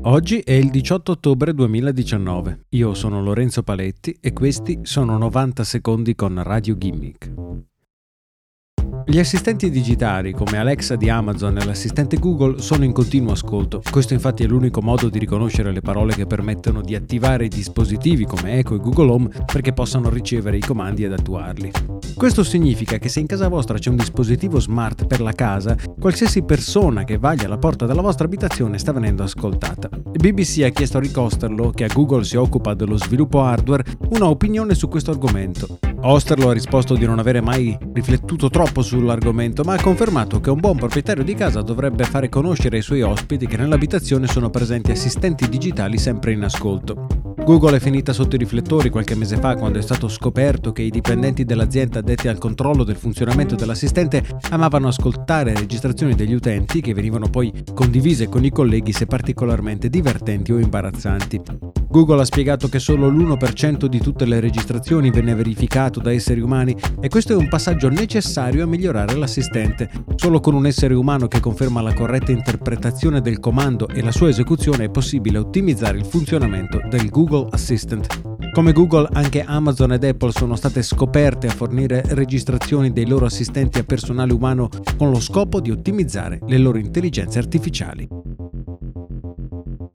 Oggi è il 18 ottobre 2019. Io sono Lorenzo Paletti e questi sono 90 secondi con Radio Gimmick. Gli assistenti digitali come Alexa di Amazon e l'assistente Google sono in continuo ascolto. Questo infatti è l'unico modo di riconoscere le parole che permettono di attivare i dispositivi come Echo e Google Home perché possano ricevere i comandi ed attuarli. Questo significa che se in casa vostra c'è un dispositivo smart per la casa, qualsiasi persona che vaglia alla porta della vostra abitazione sta venendo ascoltata. BBC ha chiesto a Rick Osterloh, che a Google si occupa dello sviluppo hardware, una opinione su questo argomento. Osterloh ha risposto di non avere mai riflettuto troppo sull'argomento, ma ha confermato che un buon proprietario di casa dovrebbe fare conoscere ai suoi ospiti che nell'abitazione sono presenti assistenti digitali sempre in ascolto. Google è finita sotto i riflettori qualche mese fa quando è stato scoperto che i dipendenti dell'azienda addetti al controllo del funzionamento dell'assistente amavano ascoltare registrazioni degli utenti che venivano poi condivise con i colleghi se particolarmente divertenti o imbarazzanti. Google ha spiegato che solo l'1% di tutte le registrazioni venne verificato da esseri umani e questo è un passaggio necessario a migliorare l'assistente. Solo con un essere umano che conferma la corretta interpretazione del comando e la sua esecuzione è possibile ottimizzare il funzionamento del Google Assistant. Come Google, anche Amazon ed Apple sono state scoperte a fornire registrazioni dei loro assistenti a personale umano con lo scopo di ottimizzare le loro intelligenze artificiali.